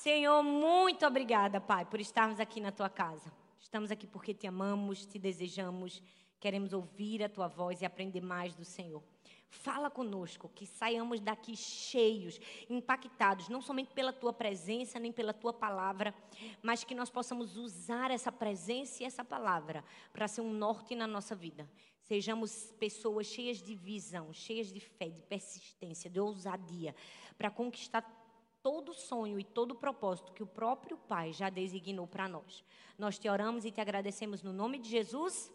Senhor, muito obrigada, Pai, por estarmos aqui na Tua casa. Estamos aqui porque Te amamos, Te desejamos, queremos ouvir a Tua voz e aprender mais do Senhor. Fala conosco, que saiamos daqui cheios, impactados, não somente pela Tua presença, nem pela Tua palavra, mas que nós possamos usar essa presença e essa palavra para ser um norte na nossa vida. Sejamos pessoas cheias de visão, cheias de fé, de persistência, de ousadia, para conquistar todo sonho e todo propósito que o próprio Pai já designou para nós. Nós Te oramos e Te agradecemos no nome de Jesus.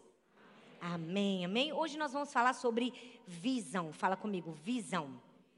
Amém, amém. Hoje nós vamos falar sobre visão. Fala comigo, visão.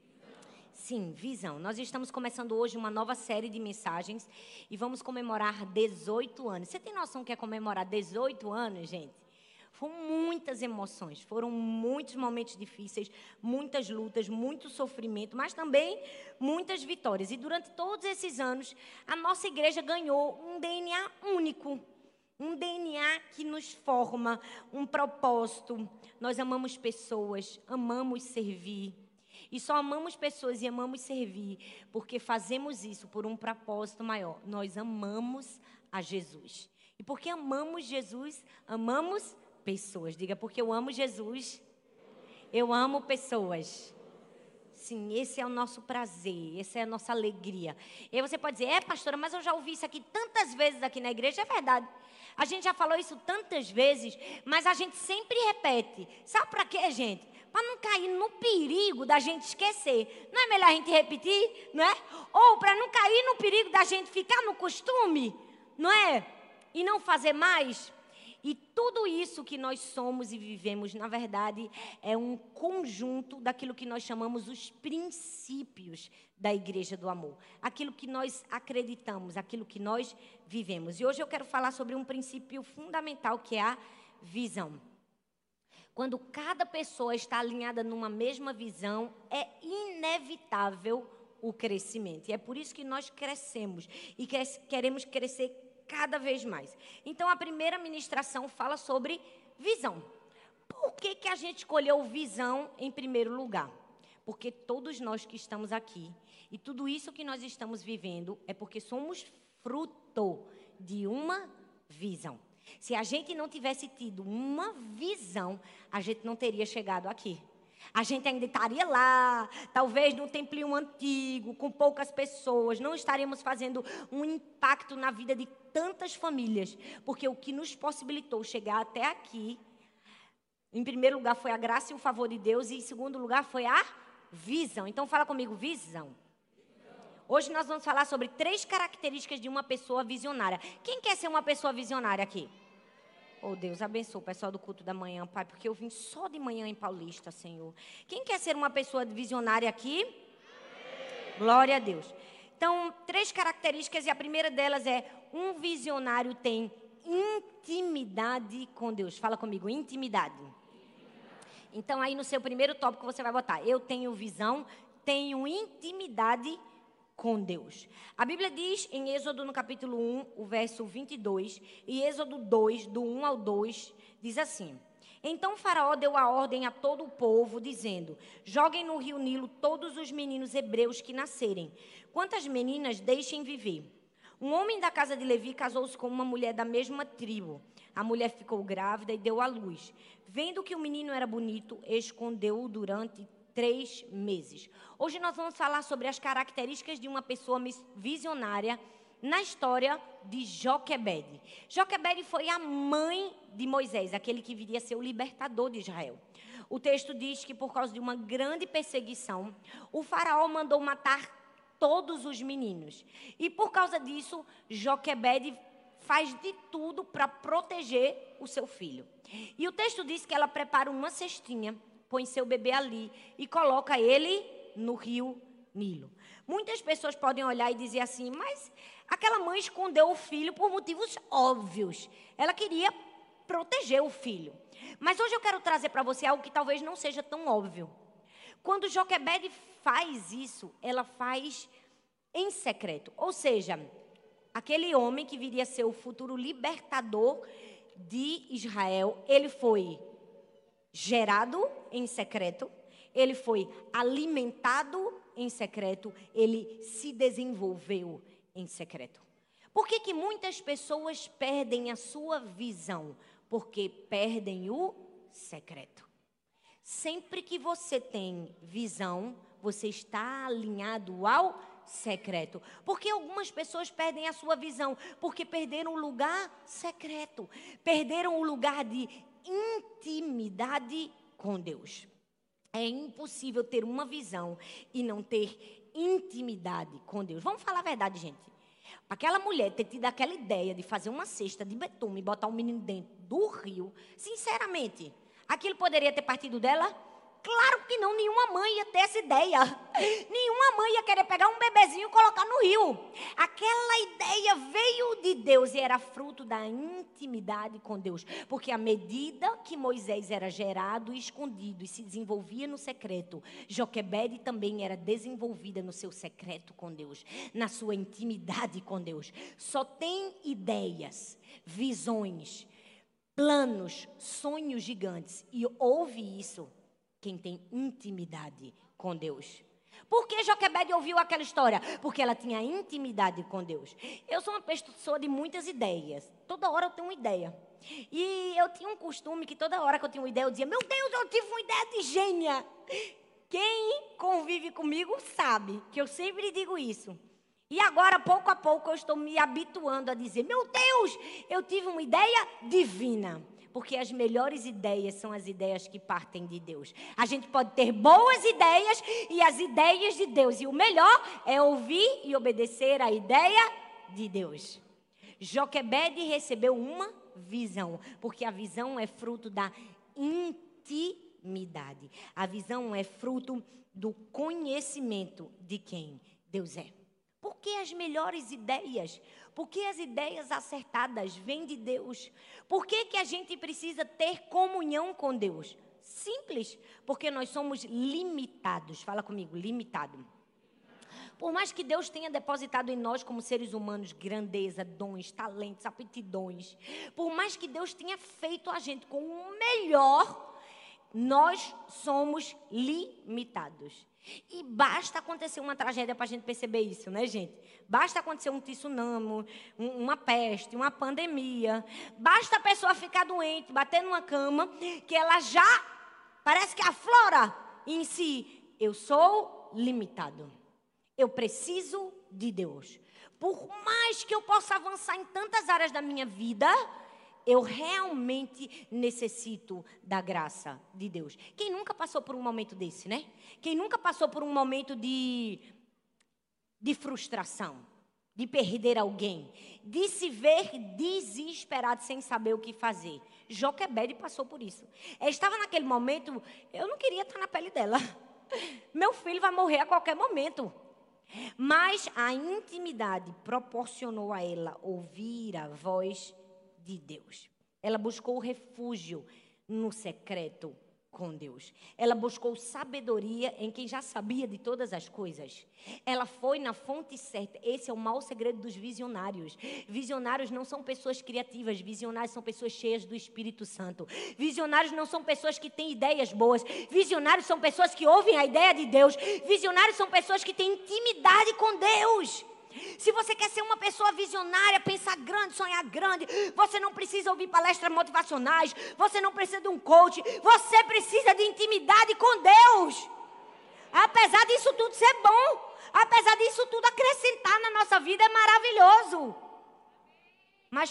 Sim, visão. Nós estamos começando hoje uma nova série de mensagens e vamos comemorar 18 anos. Você tem noção que é comemorar 18 anos, gente? Foram muitas emoções, foram muitos momentos difíceis, muitas lutas, muito sofrimento, mas também muitas vitórias. E durante todos esses anos, a nossa igreja ganhou um DNA único. Um DNA que nos forma, um propósito. Nós amamos pessoas, amamos servir. E só amamos pessoas e amamos servir porque fazemos isso por um propósito maior. Nós amamos a Jesus. E porque amamos Jesus, amamos pessoas. Diga, porque eu amo Jesus, eu amo pessoas. Sim, esse é o nosso prazer, essa é a nossa alegria. E aí você pode dizer, pastora, mas eu já ouvi isso aqui tantas vezes aqui na igreja. É verdade. A gente já falou isso tantas vezes, mas a gente sempre repete. Sabe para quê, gente? Para não cair no perigo da gente esquecer. Não é melhor a gente repetir, não é? Ou para não cair no perigo da gente ficar no costume, não é? E não fazer mais. E tudo isso que nós somos e vivemos, na verdade, é um conjunto daquilo que nós chamamos os princípios da Igreja do Amor. Aquilo que nós acreditamos, aquilo que nós vivemos. E hoje eu quero falar sobre um princípio fundamental, que é a visão. Quando cada pessoa está alinhada numa mesma visão, é inevitável o crescimento. E é por isso que nós crescemos e queremos crescer cada vez mais. Então, a primeira ministração fala sobre visão. Por que a gente escolheu visão em primeiro lugar? Porque todos nós que estamos aqui e tudo isso que nós estamos vivendo é porque somos fruto de uma visão. Se a gente não tivesse tido uma visão, a gente não teria chegado aqui. A gente ainda estaria lá, talvez num templinho antigo, com poucas pessoas. Não estaríamos fazendo um impacto na vida de tantas famílias. Porque o que nos possibilitou chegar até aqui, em primeiro lugar, foi a graça e o favor de Deus. E em segundo lugar, foi a visão. Então, fala comigo, visão. Hoje nós vamos falar sobre 3 características de uma pessoa visionária. Quem quer ser uma pessoa visionária aqui? Oh, Deus, abençoe o pessoal do culto da manhã, Pai, porque eu vim só de manhã em Paulista, Senhor. Quem quer ser uma pessoa visionária aqui? Amém. Glória a Deus. Então, 3 características, e a primeira delas é: um visionário tem intimidade com Deus. Fala comigo, intimidade. Então, aí no seu primeiro tópico você vai botar: eu tenho visão, tenho intimidade com Deus. A Bíblia diz em Êxodo no capítulo 1, o verso 22, e Êxodo 2, do 1 ao 2, diz assim: então Faraó deu a ordem a todo o povo, dizendo: joguem no rio Nilo todos os meninos hebreus que nascerem. Quantas meninas deixem viver. Um homem da casa de Levi casou-se com uma mulher da mesma tribo. A mulher ficou grávida e deu à luz. Vendo que o menino era bonito, escondeu-o durante 3 meses. Hoje nós vamos falar sobre as características de uma pessoa visionária na história de Joquebede. Joquebede foi a mãe de Moisés, aquele que viria a ser o libertador de Israel. O texto diz que por causa de uma grande perseguição, o faraó mandou matar todos os meninos. E por causa disso, Joquebede faz de tudo para proteger o seu filho. E o texto diz que ela prepara uma cestinha, põe seu bebê ali e coloca ele no rio Nilo. Muitas pessoas podem olhar e dizer assim: mas aquela mãe escondeu o filho por motivos óbvios. Ela queria proteger o filho. Mas hoje eu quero trazer para você algo que talvez não seja tão óbvio. Quando Joquebede faz isso, ela faz em secreto. Ou seja, aquele homem que viria a ser o futuro libertador de Israel, ele foi gerado em secreto, ele foi alimentado em secreto, ele se desenvolveu em secreto. Por que muitas pessoas perdem a sua visão? Porque perdem o secreto. Sempre que você tem visão, você está alinhado ao secreto. Porque algumas pessoas perdem a sua visão porque perderam o lugar secreto. Perderam o lugar de intimidade com Deus. É impossível ter uma visão e não ter intimidade com Deus. Vamos falar a verdade, gente. Aquela mulher ter tido aquela ideia de fazer uma cesta de betume e botar um menino dentro do rio, sinceramente, aquilo poderia ter partido dela? Claro que não, nenhuma mãe ia ter essa ideia. Nenhuma mãe ia querer pegar um bebezinho e colocar no rio. Aquela ideia veio de Deus e era fruto da intimidade com Deus. Porque à medida que Moisés era gerado e escondido e se desenvolvia no secreto, Joquebede também era desenvolvida no seu secreto com Deus, na sua intimidade com Deus. Só tem ideias, visões, planos, sonhos gigantes. E ouve isso quem tem intimidade com Deus. Por que Joquebede ouviu aquela história? Porque ela tinha intimidade com Deus. Eu sou uma pessoa de muitas ideias. Toda hora eu tenho uma ideia. E eu tinha um costume que toda hora que eu tinha uma ideia, eu dizia, meu Deus, eu tive uma ideia de gênia. Quem convive comigo sabe que eu sempre digo isso. E agora, pouco a pouco, eu estou me habituando a dizer, meu Deus, eu tive uma ideia divina. Porque as melhores ideias são as ideias que partem de Deus. A gente pode ter boas ideias e as ideias de Deus. E o melhor é ouvir e obedecer a ideia de Deus. Joquebede recebeu uma visão. Porque a visão é fruto da intimidade. A visão é fruto do conhecimento de quem Deus é. Por que as melhores ideias? Por que as ideias acertadas vêm de Deus? Por que a gente precisa ter comunhão com Deus? Simples, porque nós somos limitados. Fala comigo, limitado. Por mais que Deus tenha depositado em nós como seres humanos grandeza, dons, talentos, aptidões, por mais que Deus tenha feito a gente com o melhor, nós somos limitados. E basta acontecer uma tragédia para a gente perceber isso, né, gente? Basta acontecer um tsunami, uma peste, uma pandemia. Basta a pessoa ficar doente, bater numa cama, que ela já parece que aflora em si. Eu sou limitado. Eu preciso de Deus. Por mais que eu possa avançar em tantas áreas da minha vida, eu realmente necessito da graça de Deus. Quem nunca passou por um momento desse, né? Quem nunca passou por um momento de frustração, de perder alguém, de se ver desesperado sem saber o que fazer. Joquebede passou por isso. Ela estava naquele momento, eu não queria estar na pele dela. Meu filho vai morrer a qualquer momento. Mas a intimidade proporcionou a ela ouvir a voz de Deus. Ela buscou refúgio no secreto com Deus. Ela buscou sabedoria em quem já sabia de todas as coisas. Ela foi na fonte certa. Esse é o mau segredo dos visionários. Visionários não são pessoas criativas. Visionários são pessoas cheias do Espírito Santo. Visionários não são pessoas que têm ideias boas. Visionários são pessoas que ouvem a ideia de Deus. Visionários são pessoas que têm intimidade com Deus. Se você quer ser uma pessoa visionária, pensar grande, sonhar grande, você não precisa ouvir palestras motivacionais, você não precisa de um coach, você precisa de intimidade com Deus. Apesar disso tudo ser bom, apesar disso tudo acrescentar na nossa vida, é maravilhoso. Mas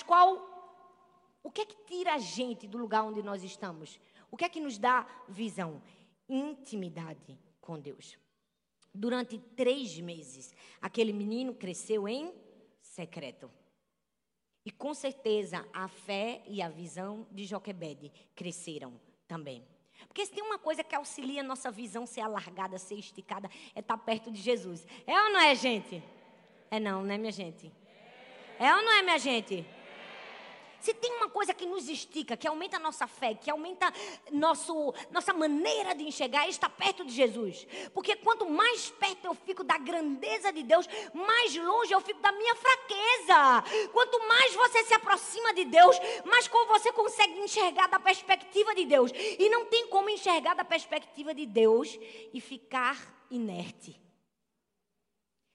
o que é que tira a gente do lugar onde nós estamos? O que é que nos dá visão? Intimidade com Deus. Durante 3 meses, aquele menino cresceu em secreto. E com certeza a fé e a visão de Joquebede cresceram também. Porque se tem uma coisa que auxilia a nossa visão ser alargada, ser esticada, é estar perto de Jesus. É ou não é, gente? É não, né, minha gente? É ou não é, minha gente? Se tem uma coisa que nos estica, que aumenta a nossa fé, que aumenta nossa maneira de enxergar, é estar perto de Jesus. Porque quanto mais perto eu fico da grandeza de Deus, mais longe eu fico da minha fraqueza. Quanto mais você se aproxima de Deus, mais como você consegue enxergar da perspectiva de Deus. E não tem como enxergar da perspectiva de Deus e ficar inerte.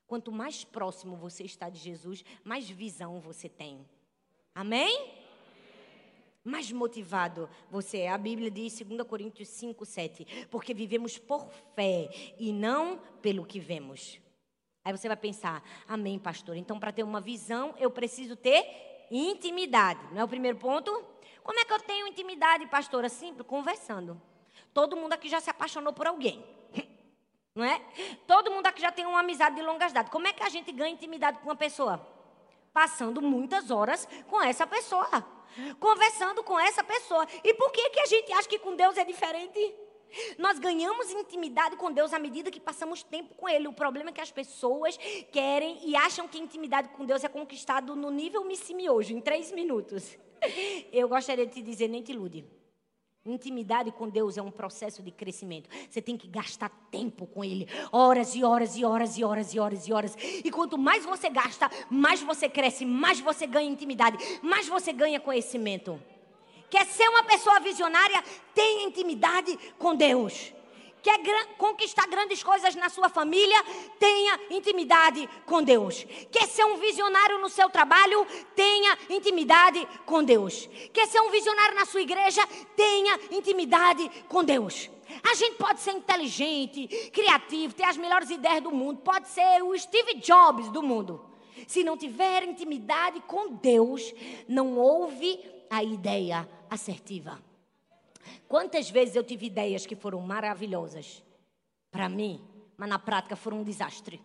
Quanto mais próximo você está de Jesus, mais visão você tem. Amém? Mais motivado você é. A Bíblia diz, 2 Coríntios 5, 7, porque vivemos por fé e não pelo que vemos. Aí você vai pensar, amém, pastor, então para ter uma visão eu preciso ter intimidade. Não é o primeiro ponto? Como é que eu tenho intimidade, pastora? Simples, conversando. Todo mundo aqui já se apaixonou por alguém. Não é? Todo mundo aqui já tem uma amizade de longas datas. Como é que a gente ganha intimidade com uma pessoa? Passando muitas horas com essa pessoa. Conversando com essa pessoa. E por que a gente acha que com Deus é diferente? Nós ganhamos intimidade com Deus à medida que passamos tempo com Ele. O problema é que as pessoas querem e acham que a intimidade com Deus é conquistado no nível miojo, em 3 minutos. Eu gostaria de te dizer, nem te ilude. Intimidade com Deus é um processo de crescimento. Você tem que gastar tempo com Ele. Horas e horas e horas e horas e horas e horas. E quanto mais você gasta, mais você cresce, mais você ganha intimidade, mais você ganha conhecimento. Quer ser uma pessoa visionária? Tenha intimidade com Deus. Quer conquistar grandes coisas na sua família? Tenha intimidade com Deus. Quer ser um visionário no seu trabalho? Tenha intimidade com Deus. Quer ser um visionário na sua igreja? Tenha intimidade com Deus. A gente pode ser inteligente, criativo, ter as melhores ideias do mundo. Pode ser o Steve Jobs do mundo. Se não tiver intimidade com Deus, não houve a ideia assertiva. Quantas vezes eu tive ideias que foram maravilhosas para mim, mas na prática foram um desastre.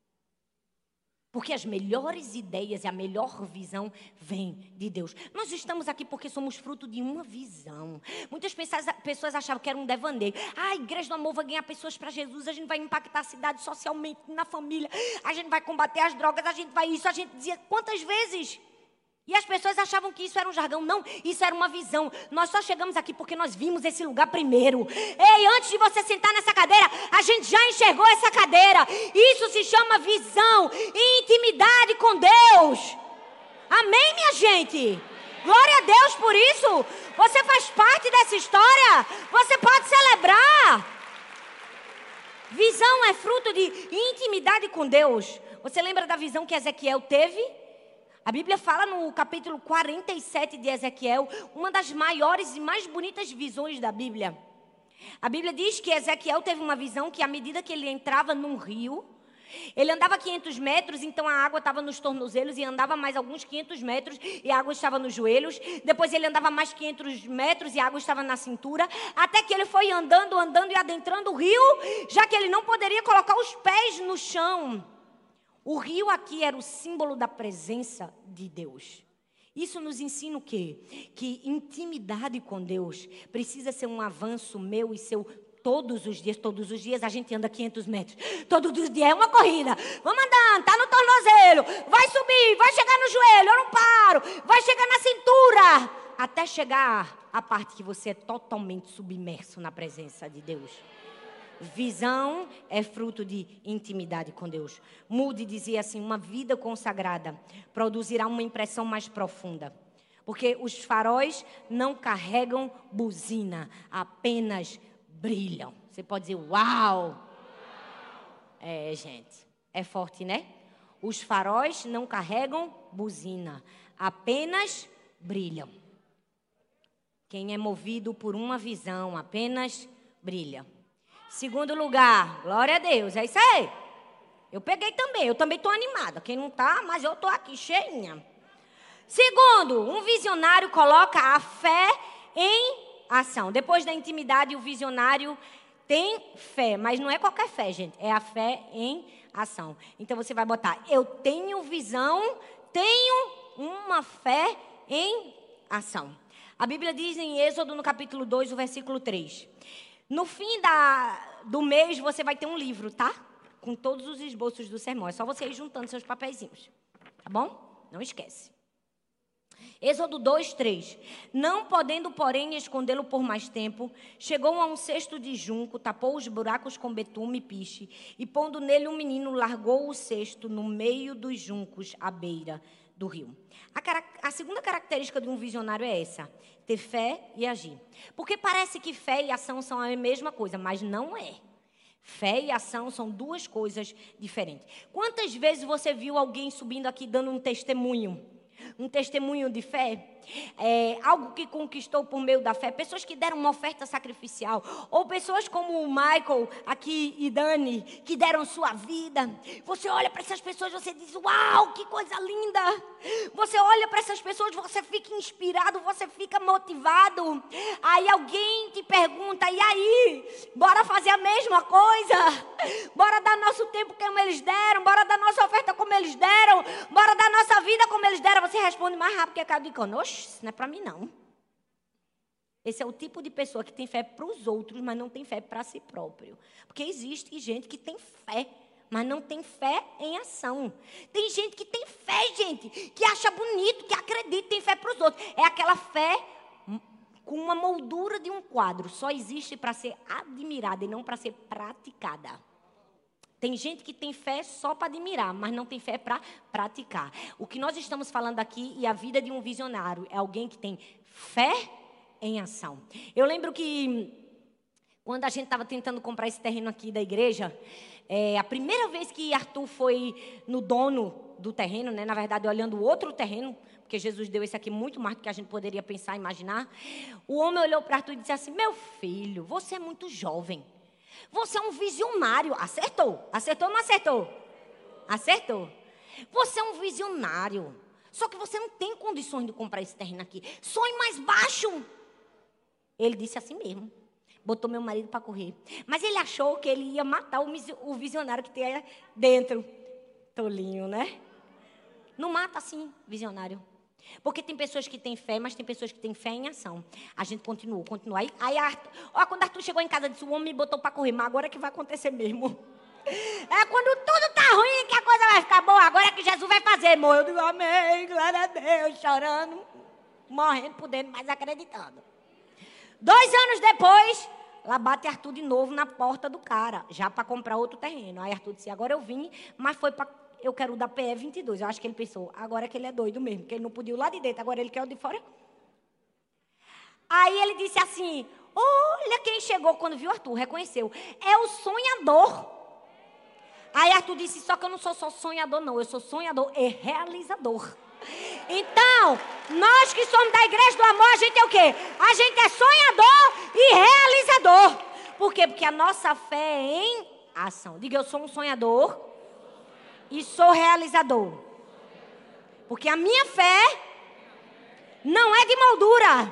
Porque as melhores ideias e a melhor visão vem de Deus. Nós estamos aqui porque somos fruto de uma visão. Muitas pessoas achavam que era um devaneio. A Igreja do Amor vai ganhar pessoas para Jesus, a gente vai impactar a cidade socialmente, na família, a gente vai combater as drogas, a gente vai isso, a gente dizia quantas vezes... E as pessoas achavam que isso era um jargão. Não, isso era uma visão. Nós só chegamos aqui porque nós vimos esse lugar primeiro. Ei, antes de você sentar nessa cadeira, a gente já enxergou essa cadeira. Isso se chama visão e intimidade com Deus. Amém, minha gente? Glória a Deus por isso. Você faz parte dessa história. Você pode celebrar. Visão é fruto de intimidade com Deus. Você lembra da visão que Ezequiel teve? A Bíblia fala no capítulo 47 de Ezequiel, uma das maiores e mais bonitas visões da Bíblia. A Bíblia diz que Ezequiel teve uma visão que à medida que ele entrava num rio, ele andava 500 metros, então a água estava nos tornozelos e andava mais alguns 500 metros e a água estava nos joelhos. Depois ele andava mais 500 metros e a água estava na cintura, até que ele foi andando e adentrando o rio, já que ele não poderia colocar os pés no chão. O rio aqui era o símbolo da presença de Deus. Isso nos ensina o quê? Que intimidade com Deus precisa ser um avanço meu e seu todos os dias. Todos os dias a gente anda 500 metros. Todos os dias é uma corrida. Vamos andando, tá no tornozelo. Vai subir, vai chegar no joelho, eu não paro. Vai chegar na cintura. Até chegar à parte que você é totalmente submerso na presença de Deus. Visão é fruto de intimidade com Deus. Moody dizia assim, uma vida consagrada produzirá uma impressão mais profunda. Porque os faróis não carregam buzina, apenas brilham. Você pode dizer, uau! É, gente, é forte, né? Os faróis não carregam buzina, apenas brilham. Quem é movido por uma visão apenas brilha. Segundo lugar, glória a Deus, é isso aí. Eu peguei também, eu também estou animada. Quem não está, mas eu estou aqui cheinha. Segundo, um visionário coloca a fé em ação. Depois da intimidade, o visionário tem fé, mas não é qualquer fé, gente. É a fé em ação. Então você vai botar, eu tenho visão, tenho uma fé em ação. A Bíblia diz em Êxodo, no capítulo 2, o versículo 3. No fim do mês, você vai ter um livro, tá? Com todos os esboços do sermão. É só você ir juntando seus papeizinhos. Tá bom? Não esquece. Êxodo 2, 3. Não podendo, porém, escondê-lo por mais tempo, chegou a um cesto de junco, tapou os buracos com betume e piche, e pondo nele um menino, largou o cesto no meio dos juncos, à beira do rio. A segunda característica de um visionário é essa, ter fé e agir. Porque parece que fé e ação são a mesma coisa, mas não é. Fé e ação são duas coisas diferentes. Quantas vezes você viu alguém subindo aqui dando um testemunho? Um testemunho de fé? Algo que conquistou por meio da fé. Pessoas que deram uma oferta sacrificial. Ou pessoas como o Michael aqui e Dani, que deram sua vida. Você olha para essas pessoas e você diz, uau, que coisa linda. Você olha para essas pessoas, você fica inspirado, você fica motivado. Aí alguém te pergunta, e aí? Bora fazer a mesma coisa? Bora dar nosso tempo como eles deram? Bora dar nossa oferta como eles deram? Bora dar nossa vida como eles deram? Você responde mais rápido que a cara de cano. Oxe, isso não é para mim não. Esse é o tipo de pessoa que tem fé para os outros, mas não tem fé para si próprio. Porque existe gente que tem fé, mas não tem fé em ação. Tem gente que tem fé, gente, que acha bonito, que acredita, tem fé para os outros. É aquela fé com uma moldura de um quadro. Só existe para ser admirada e não para ser praticada. Tem gente que tem fé só para admirar, mas não tem fé para praticar. O que nós estamos falando aqui e a vida de um visionário é alguém que tem fé em ação. Eu lembro que quando a gente estava tentando comprar esse terreno aqui da igreja, a primeira vez que Arthur foi no dono do terreno, né, na verdade olhando o outro terreno, porque Jesus deu esse aqui muito mais do que a gente poderia pensar e imaginar, o homem olhou para Arthur e disse assim, meu filho, você é muito jovem. Você é um visionário. Acertou? Acertou ou não acertou? Acertou. Você é um visionário. Só que você não tem condições de comprar esse terreno aqui. Sonhe mais baixo. Ele disse assim mesmo. Botou meu marido para correr. Mas ele achou que ele ia matar o visionário que tem dentro. Tolinho, né? Não mata assim, visionário. Porque tem pessoas que têm fé, mas tem pessoas que têm fé em ação. A gente continuou. Aí quando Arthur chegou em casa, disse, o homem me botou para correr, mas agora é que vai acontecer mesmo. É quando tudo tá ruim que a coisa vai ficar boa, agora é que Jesus vai fazer, amor. Eu digo, amém, glória a Deus, chorando, morrendo por dentro, mas acreditando. 2 anos depois, lá bate Arthur de novo na porta do cara, já para comprar outro terreno. Aí Arthur disse, agora eu vim, mas foi para... Eu quero o da PE 22. Eu acho que ele pensou, agora é que ele é doido mesmo, que ele não podia ir lá de dentro, agora ele quer o de fora. Aí ele disse assim, olha quem chegou quando viu Arthur, reconheceu. É o sonhador. Aí Arthur disse, só que eu não sou só sonhador não, eu sou sonhador e realizador. Então, nós que somos da Igreja do Amor, a gente é o quê? A gente é sonhador e realizador. Por quê? Porque a nossa fé é em ação. Diga, eu sou um sonhador e sou realizador. Porque a minha fé não é de moldura.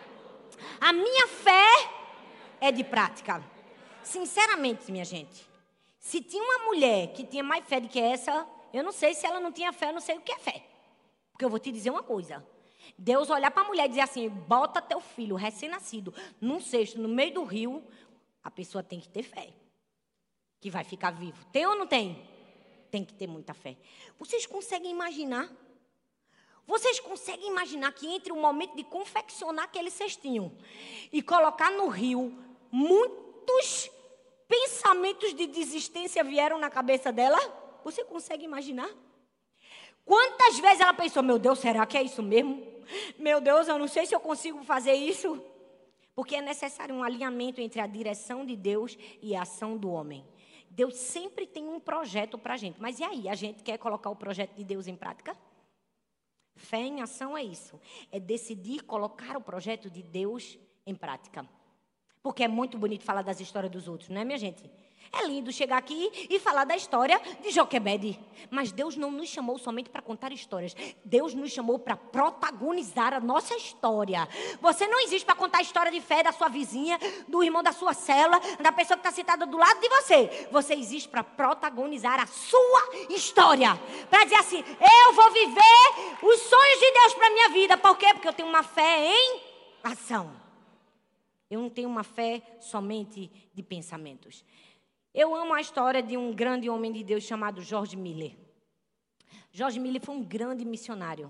A minha fé é de prática. Sinceramente, minha gente, se tinha uma mulher que tinha mais fé do que essa, eu não sei se ela não tinha fé, eu não sei o que é fé. Porque eu vou te dizer uma coisa. Deus olhar para a mulher e dizer assim, bota teu filho recém-nascido num cesto, no meio do rio, a pessoa tem que ter fé. Que vai ficar vivo. Tem ou não tem? Tem que ter muita fé. Vocês conseguem imaginar? Vocês conseguem imaginar que entre o momento de confeccionar aquele cestinho e colocar no rio, muitos pensamentos de desistência vieram na cabeça dela? Você consegue imaginar? Quantas vezes ela pensou, meu Deus, será que é isso mesmo? Meu Deus, eu não sei se eu consigo fazer isso. Porque é necessário um alinhamento entre a direção de Deus e a ação do homem. Deus sempre tem um projeto para a gente. Mas e aí, a gente quer colocar o projeto de Deus em prática? Fé em ação é isso. É decidir colocar o projeto de Deus em prática. Porque é muito bonito falar das histórias dos outros, não é, minha gente? É lindo chegar aqui e falar da história de Joquebede. Mas Deus não nos chamou somente para contar histórias. Deus nos chamou para protagonizar a nossa história. Você não existe para contar a história de fé da sua vizinha, do irmão da sua célula, da pessoa que está sentada do lado de você. Você existe para protagonizar a sua história. Para dizer assim, eu vou viver os sonhos de Deus para a minha vida. Por quê? Porque eu tenho uma fé em ação. Eu não tenho uma fé somente de pensamentos. Eu amo a história de um grande homem de Deus chamado George Miller. George Miller foi um grande missionário.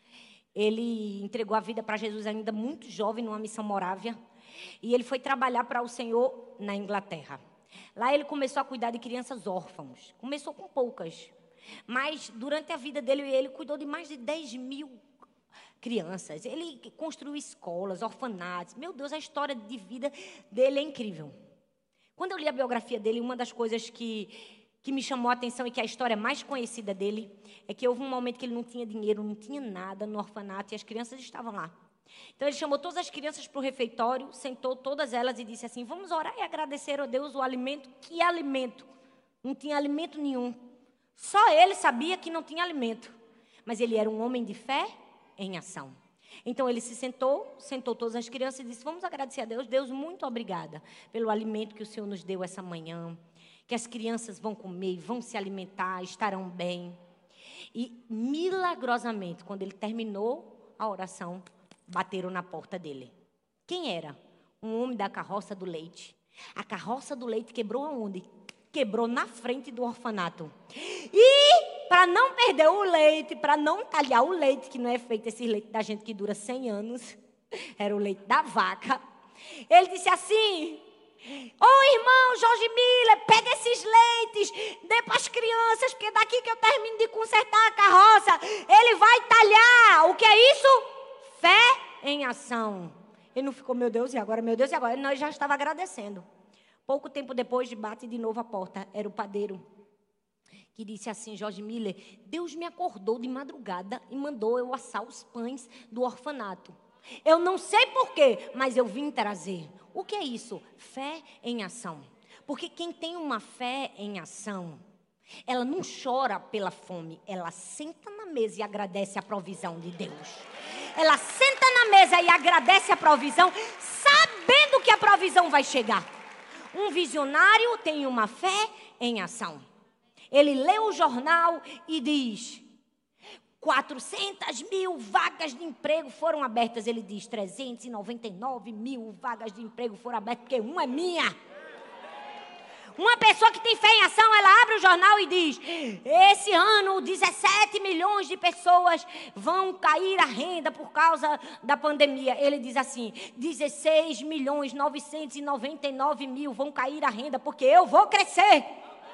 Ele entregou a vida para Jesus ainda muito jovem, numa missão morávia. E ele foi trabalhar para o Senhor na Inglaterra. Lá ele começou a cuidar de crianças órfãos. Começou com poucas. Mas durante a vida dele, ele cuidou de mais de 10.000 crianças. Ele construiu escolas, orfanatos. Meu Deus, a história de vida dele é incrível. Quando eu li a biografia dele, uma das coisas que me chamou a atenção e que é a história mais conhecida dele é que houve um momento que ele não tinha dinheiro, não tinha nada no orfanato e as crianças estavam lá. Então ele chamou todas as crianças para o refeitório, sentou todas elas e disse assim: vamos orar e agradecer a Deus o alimento. Que alimento? Não tinha alimento nenhum. Só ele sabia que não tinha alimento. Mas ele era um homem de fé em ação. Então ele se sentou todas as crianças e disse: vamos agradecer a Deus. Deus, muito obrigada pelo alimento que o Senhor nos deu essa manhã. Que as crianças vão comer, vão se alimentar, estarão bem. E milagrosamente, quando ele terminou a oração, bateram na porta dele. Quem era? Um homem da carroça do leite. A carroça do leite quebrou aonde? Quebrou na frente do orfanato. E para não perder o leite, para não talhar o leite, que não é feito esse leite da gente que dura 100 anos, era o leite da vaca. Ele disse assim: irmão Jorge Miller, pega esses leites, dê para as crianças, porque daqui que eu termino de consertar a carroça, ele vai talhar. O que é isso? Fé em ação. Ele não ficou, meu Deus, e agora? Meu Deus, e agora? Ele já estava agradecendo. Pouco tempo depois, bate de novo a porta. Era o padeiro que disse assim: Jorge Miller, Deus me acordou de madrugada e mandou eu assar os pães do orfanato. Eu não sei porquê, mas eu vim trazer. O que é isso? Fé em ação. Porque quem tem uma fé em ação, ela não chora pela fome, ela senta na mesa e agradece a provisão de Deus. Ela senta na mesa e agradece a provisão, sabendo que a provisão vai chegar. Um visionário tem uma fé em ação. Ele lê o jornal e diz: 400 mil vagas de emprego foram abertas. Ele diz: 399 mil vagas de emprego foram abertas, porque uma é minha. Uma pessoa que tem fé em ação, ela abre o jornal e diz: esse ano 17 milhões de pessoas vão cair a renda por causa da pandemia. Ele diz assim: 16 milhões 999 mil vão cair a renda porque eu vou crescer.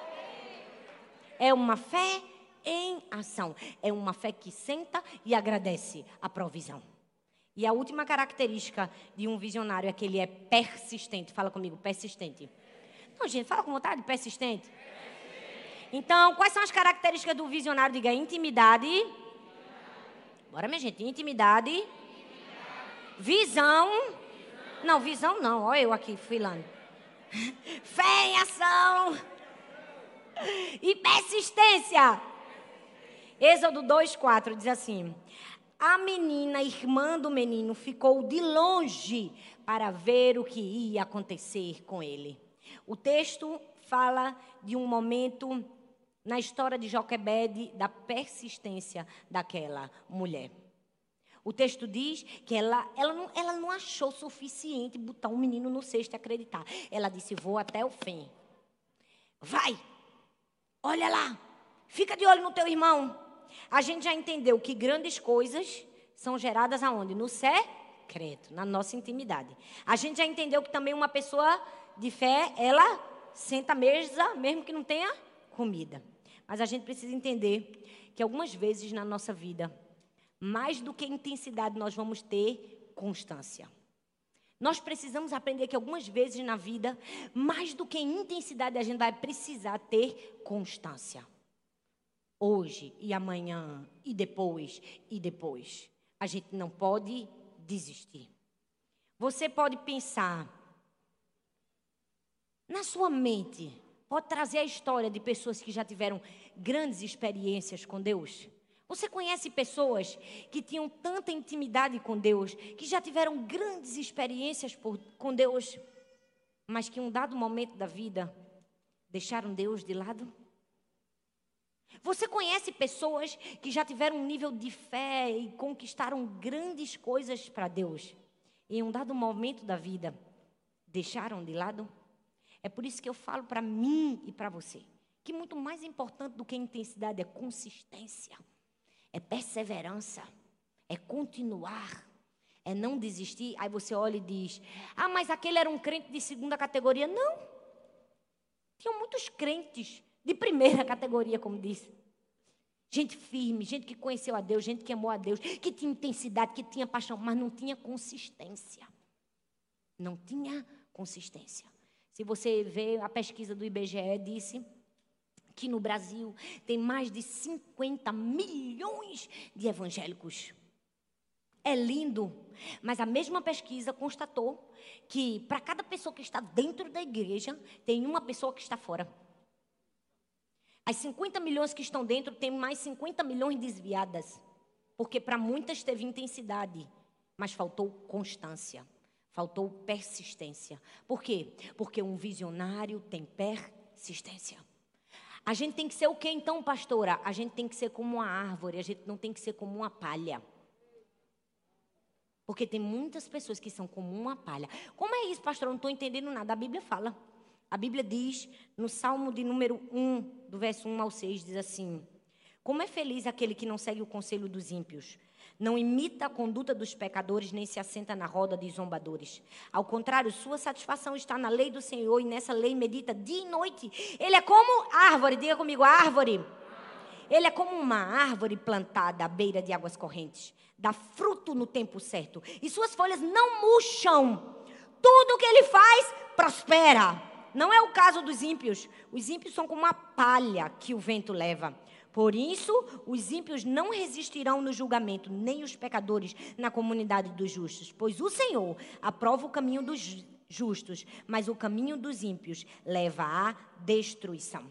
É uma fé em ação. É uma fé que senta e agradece a provisão. E a última característica de um visionário é que ele é persistente. Fala comigo, persistente. Não, gente, fala com vontade, persistente. Então, quais são as características do visionário? Diga: intimidade. Bora, minha gente. Intimidade. Visão. Não, visão não. Olha eu aqui, filando. Fé em ação. E persistência. Êxodo 2:4 diz assim: a menina, irmã do menino, ficou de longe para ver o que ia acontecer com ele. O texto fala de um momento na história de Joquebede, da persistência daquela mulher. O texto diz que ela não achou suficiente botar um menino no cesto e acreditar. Ela disse: vou até o fim. Vai, olha lá, fica de olho no teu irmão. A gente já entendeu que grandes coisas são geradas aonde? No secreto, na nossa intimidade. A gente já entendeu que também uma pessoa de fé, ela senta à mesa, mesmo que não tenha comida. Mas a gente precisa entender que algumas vezes na nossa vida, mais do que intensidade, nós vamos ter constância. Nós precisamos aprender que algumas vezes na vida, mais do que intensidade, a gente vai precisar ter constância. Hoje e amanhã e depois e depois. A gente não pode desistir. Você pode pensar, na sua mente, pode trazer a história de pessoas que já tiveram grandes experiências com Deus. Você conhece pessoas que tinham tanta intimidade com Deus, que já tiveram grandes experiências com Deus, mas que em um dado momento da vida deixaram Deus de lado? Você conhece pessoas que já tiveram um nível de fé e conquistaram grandes coisas para Deus, e em um dado momento da vida deixaram de lado? É por isso que eu falo para mim e para você, que muito mais importante do que intensidade é consistência, é perseverança, é continuar, é não desistir. Aí você olha e diz: ah, mas aquele era um crente de segunda categoria. Não, tinham muitos crentes de primeira categoria, como disse. Gente firme, gente que conheceu a Deus, gente que amou a Deus, que tinha intensidade, que tinha paixão, mas não tinha consistência. Não tinha consistência. Se você vê a pesquisa do IBGE, disse que no Brasil tem mais de 50 milhões de evangélicos. É lindo, mas a mesma pesquisa constatou que para cada pessoa que está dentro da igreja, tem uma pessoa que está fora. As 50 milhões que estão dentro, tem mais 50 milhões desviadas. Porque para muitas teve intensidade, mas faltou constância, faltou persistência. Por quê? Porque um visionário tem persistência. A gente tem que ser o quê então, pastora? A gente tem que ser como uma árvore, a gente não tem que ser como uma palha. Porque tem muitas pessoas que são como uma palha. Como é isso, pastor? Eu não estou entendendo nada. A Bíblia fala. A Bíblia diz, no Salmo de número 1, do verso 1 ao 6, diz assim: como é feliz aquele que não segue o conselho dos ímpios, não imita a conduta dos pecadores, nem se assenta na roda de zombadores. Ao contrário, sua satisfação está na lei do Senhor, e nessa lei medita dia e noite. Ele é como árvore, diga comigo, árvore. Ele é como uma árvore plantada à beira de águas correntes. Dá fruto no tempo certo. E suas folhas não murcham. Tudo o que ele faz, prospera. Não é o caso dos ímpios. Os ímpios são como uma palha que o vento leva. Por isso, os ímpios não resistirão no julgamento, nem os pecadores na comunidade dos justos. Pois o Senhor aprova o caminho dos justos, mas o caminho dos ímpios leva à destruição.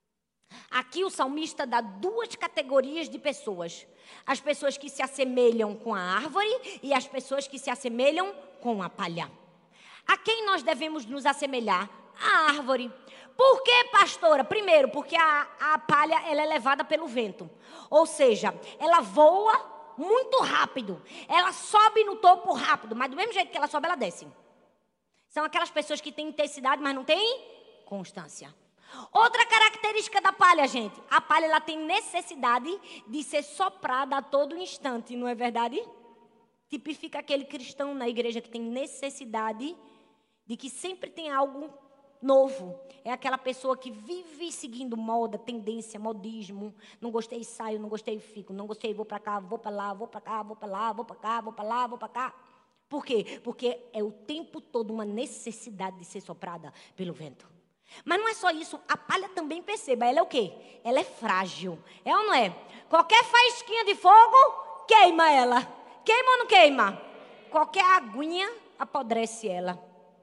Aqui o salmista dá duas categorias de pessoas. As pessoas que se assemelham com a árvore e as pessoas que se assemelham com a palha. A quem nós devemos nos assemelhar? A árvore. Por quê, pastora? Primeiro, porque a palha ela é levada pelo vento. Ou seja, ela voa muito rápido. Ela sobe no topo rápido, mas do mesmo jeito que ela sobe, ela desce. São aquelas pessoas que têm intensidade, mas não têm constância. Outra característica da palha, gente. A palha ela tem necessidade de ser soprada a todo instante, não é verdade? Tipifica aquele cristão na igreja que tem necessidade de que sempre tem algo novo. É aquela pessoa que vive seguindo moda, tendência, modismo. Não gostei, saio, não gostei, fico. Não gostei, vou para cá, vou para lá, vou para cá, vou para lá, vou para cá, vou para lá, vou para cá. Por quê? Porque é o tempo todo uma necessidade de ser soprada pelo vento. Mas não é só isso, a palha também, perceba, ela é o quê? Ela é frágil, é ou não é? Qualquer faísquinha de fogo, queima ela. Queima ou não queima? Qualquer aguinha apodrece ela.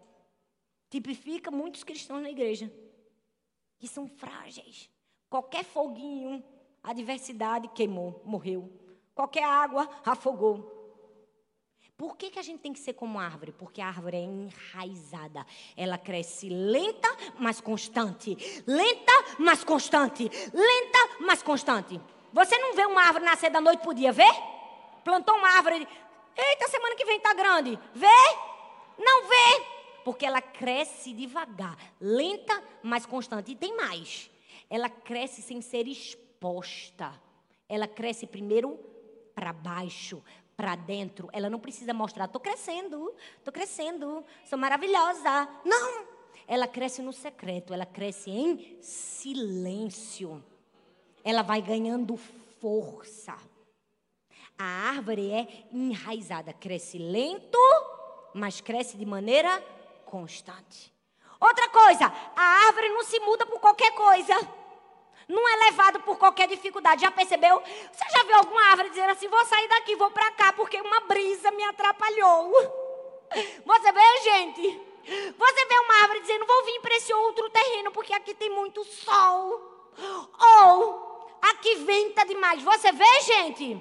Tipifica muitos cristãos na igreja, que são frágeis. Qualquer foguinho, a adversidade queimou, morreu. Qualquer água, afogou. Por que a gente tem que ser como árvore? Porque a árvore é enraizada. Ela cresce lenta, mas constante. Lenta, mas constante. Lenta, mas constante. Você não vê uma árvore nascer da noite para o dia, vê? Plantou uma árvore, eita, semana que vem está grande. Vê? Não vê. Porque ela cresce devagar. Lenta, mas constante. E tem mais. Ela cresce sem ser exposta. Ela cresce primeiro para baixo, para dentro. Ela não precisa mostrar, estou crescendo, sou maravilhosa. Não, ela cresce no secreto, ela cresce em silêncio. Ela vai ganhando força. A árvore é enraizada, cresce lento, mas cresce de maneira constante. Outra coisa, a árvore não se muda por qualquer coisa. Não é levado por qualquer dificuldade. Já percebeu? Você já viu alguma árvore dizer assim, vou sair daqui, vou para cá, porque uma brisa me atrapalhou? Você vê, gente? Você vê uma árvore dizendo, vou vir para esse outro terreno, porque aqui tem muito sol. Ou, aqui venta demais. Você vê, gente?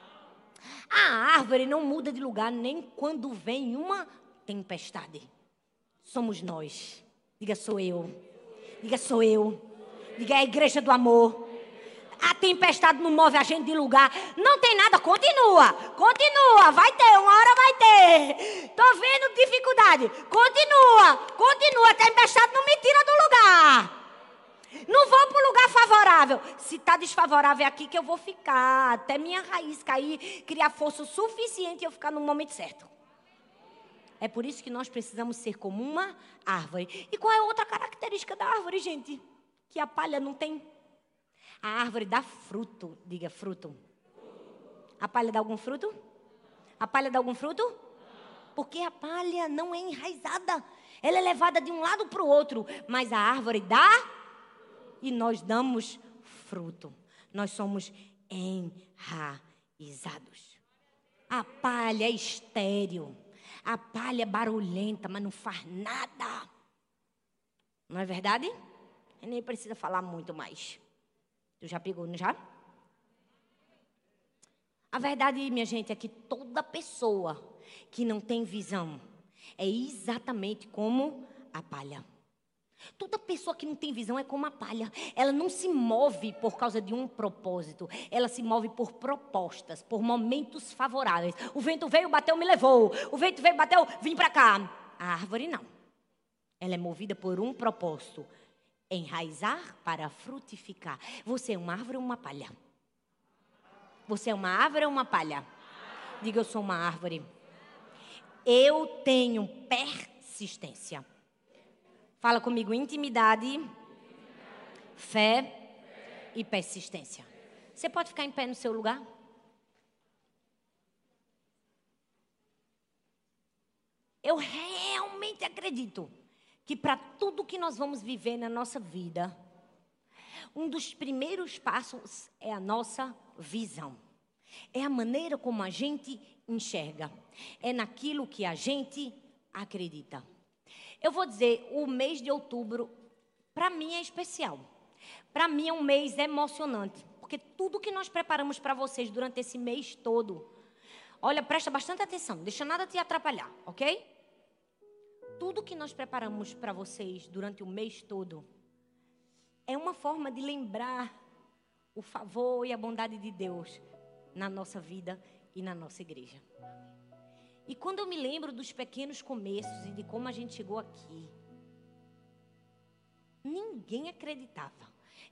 A árvore não muda de lugar nem quando vem uma tempestade. Somos nós. Diga, sou eu. Diga, sou eu. Diga, é a igreja do amor. A tempestade não move a gente de lugar. Não tem nada, continua. Continua, vai ter, uma hora vai ter. Tô vendo dificuldade. Continua. A tempestade não me tira do lugar. Não vou para um lugar favorável. Se está desfavorável é aqui que eu vou ficar. Até minha raiz cair, criar força suficiente e eu ficar no momento certo. É por isso que nós precisamos ser como uma árvore. E qual é a outra característica da árvore, gente? Que a palha não tem. A árvore dá fruto. Diga, fruto. A palha dá algum fruto? A palha dá algum fruto? Porque a palha não é enraizada. Ela é levada de um lado para o outro, mas a árvore dá e nós damos fruto. Nós somos enraizados. A palha é estéril. A palha é barulhenta, mas não faz nada. Não é verdade? E nem precisa falar muito mais. Tu já pegou, não já? A verdade, minha gente, é que toda pessoa que não tem visão é exatamente como a palha. Toda pessoa que não tem visão é como a palha. Ela não se move por causa de um propósito. Ela se move por propostas, por momentos favoráveis. O vento veio, bateu, me levou. O vento veio, bateu, vim para cá. A árvore não. Ela é movida por um propósito. Enraizar para frutificar. Você é uma árvore ou uma palha? Você é uma árvore ou uma palha? Diga, eu sou uma árvore. Eu tenho persistência. Fala comigo, intimidade, fé e persistência. Você pode ficar em pé no seu lugar? Eu realmente acredito que para tudo que nós vamos viver na nossa vida, um dos primeiros passos é a nossa visão. É a maneira como a gente enxerga. É naquilo que a gente acredita. Eu vou dizer, o mês de outubro, para mim é especial. Para mim é um mês emocionante. Porque tudo que nós preparamos para vocês durante esse mês todo, olha, presta bastante atenção, não deixa nada te atrapalhar, ok? Tudo que nós preparamos para vocês durante o mês todo é uma forma de lembrar o favor e a bondade de Deus na nossa vida e na nossa igreja. E quando eu me lembro dos pequenos começos e de como a gente chegou aqui, ninguém acreditava.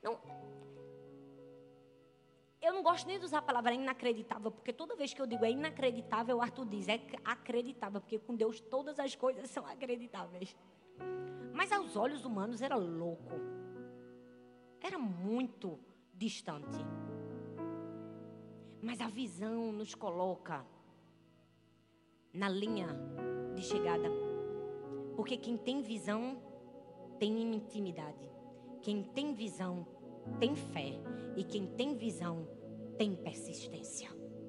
Eu não gosto nem de usar a palavra inacreditável, porque toda vez que eu digo é inacreditável, o Arthur diz, é acreditável, porque com Deus todas as coisas são acreditáveis. Mas aos olhos humanos era louco. Era muito distante. Mas a visão nos coloca na linha de chegada. Porque quem tem visão tem intimidade. Quem tem visão tem fé. E quem tem visão tem persistência.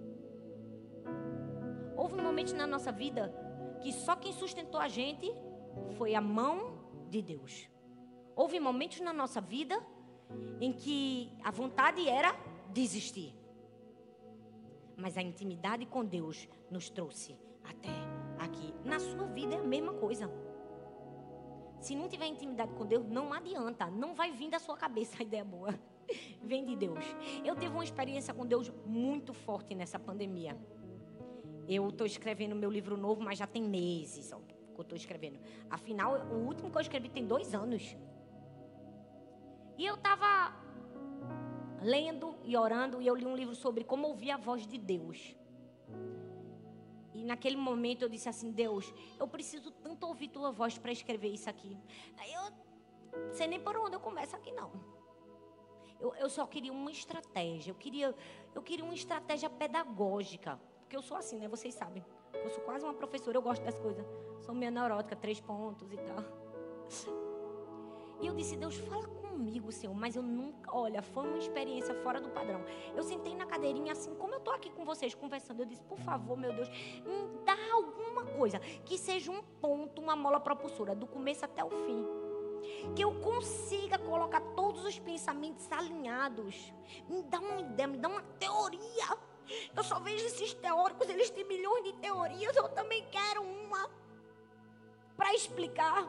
Houve um momento na nossa vida que só quem sustentou a gente foi a mão de Deus. Houve momentos na nossa vida em que a vontade era desistir. Mas a intimidade com Deus nos trouxe até aqui. Na sua vida é a mesma coisa. Se não tiver intimidade com Deus, não adianta. Não vai vir da sua cabeça a ideia boa. Vem de Deus. Eu tive uma experiência com Deus muito forte nessa pandemia. Eu estou escrevendo meu livro novo, mas já tem meses só que eu estou escrevendo. Afinal, o último que eu escrevi tem 2 anos. E eu estava lendo e orando, e eu li um livro sobre como ouvir a voz de Deus. E naquele momento eu disse assim, Deus, eu preciso tanto ouvir tua voz para escrever isso aqui. Eu não sei nem por onde eu começo aqui, não. Eu só queria uma estratégia. Eu queria uma estratégia pedagógica. Porque eu sou assim, né? Vocês sabem. Eu sou quase uma professora, eu gosto das coisas. Sou meio neurótica, 3 pontos e tal. E eu disse, Deus, fala comigo, Senhor. Mas eu nunca, olha, foi uma experiência fora do padrão. Eu sentei na cadeirinha assim, como eu estou aqui com vocês conversando. Eu disse, por favor, meu Deus, me dá alguma coisa que seja um ponto, uma mola propulsora, do começo até o fim. Que eu consiga colocar todos os pensamentos alinhados. Me dá uma ideia, me dá uma teoria. Eu só vejo esses teóricos, eles têm milhões de teorias. Eu também quero uma para explicar.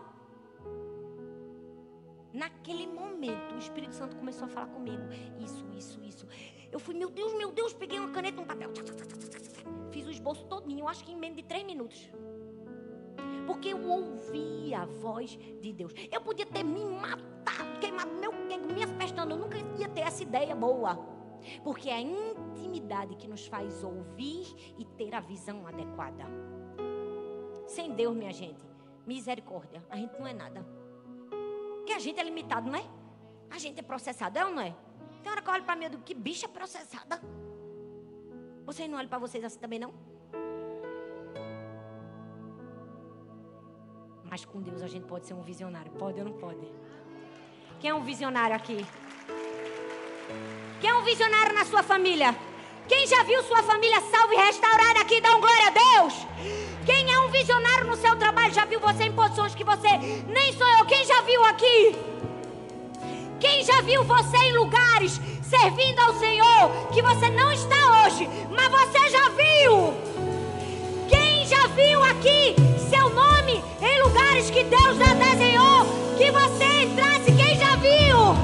Naquele momento, o Espírito Santo começou a falar comigo. Isso. Eu fui, meu Deus, peguei uma caneta, um papel. Fiz o esboço todinho, eu acho que em menos de 3 minutos. Porque eu ouvi a voz de Deus. Eu podia ter me matado, queimado meu quengo, minhas pestanas. Eu nunca ia ter essa ideia boa. Porque é a intimidade que nos faz ouvir e ter a visão adequada. Sem Deus, minha gente, misericórdia, a gente não é nada. Porque a gente é limitado, não é? A gente é processado, é ou não é? Tem hora que eu olho para mim e digo, que bicha processada. Vocês não olham para vocês assim também, não? Mas com Deus a gente pode ser um visionário. Pode ou não pode? Quem é um visionário aqui? Quem é um visionário na sua família? Quem já viu sua família salva e restaurada aqui? Dá um glória a Deus. Quem é um visionário no seu trabalho? Já viu você em posições que você nem sonhou? Quem já viu aqui? Quem já viu você em lugares servindo ao Senhor que você não está hoje, mas você já viu? Quem já viu aqui seu nome em lugares que Deus já desenhou que você entrasse? Quem já viu?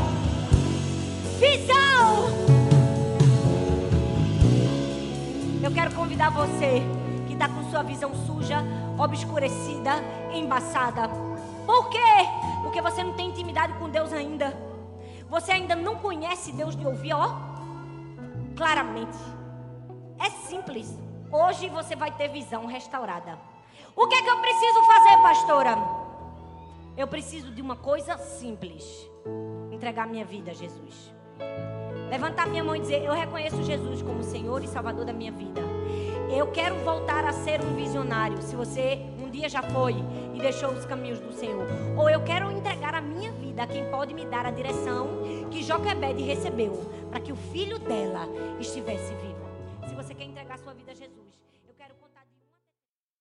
Visão. Eu quero convidar você que está com sua visão suja, obscurecida, embaçada. Por quê? Porque você não tem intimidade com Deus ainda. Você ainda não conhece Deus de ouvir, ó, claramente. É simples. Hoje você vai ter visão restaurada. O que é que eu preciso fazer, pastora? Eu preciso de uma coisa simples: entregar minha vida a Jesus. Levantar minha mão e dizer: eu reconheço Jesus como Senhor e Salvador da minha vida. Eu quero voltar a ser um visionário. Se você um dia já foi e deixou os caminhos do Senhor, ou eu quero entregar a minha vida a quem pode me dar a direção que Joquebede recebeu, para que o filho dela estivesse vivo. Se você quer entregar sua vida a Jesus, eu quero contar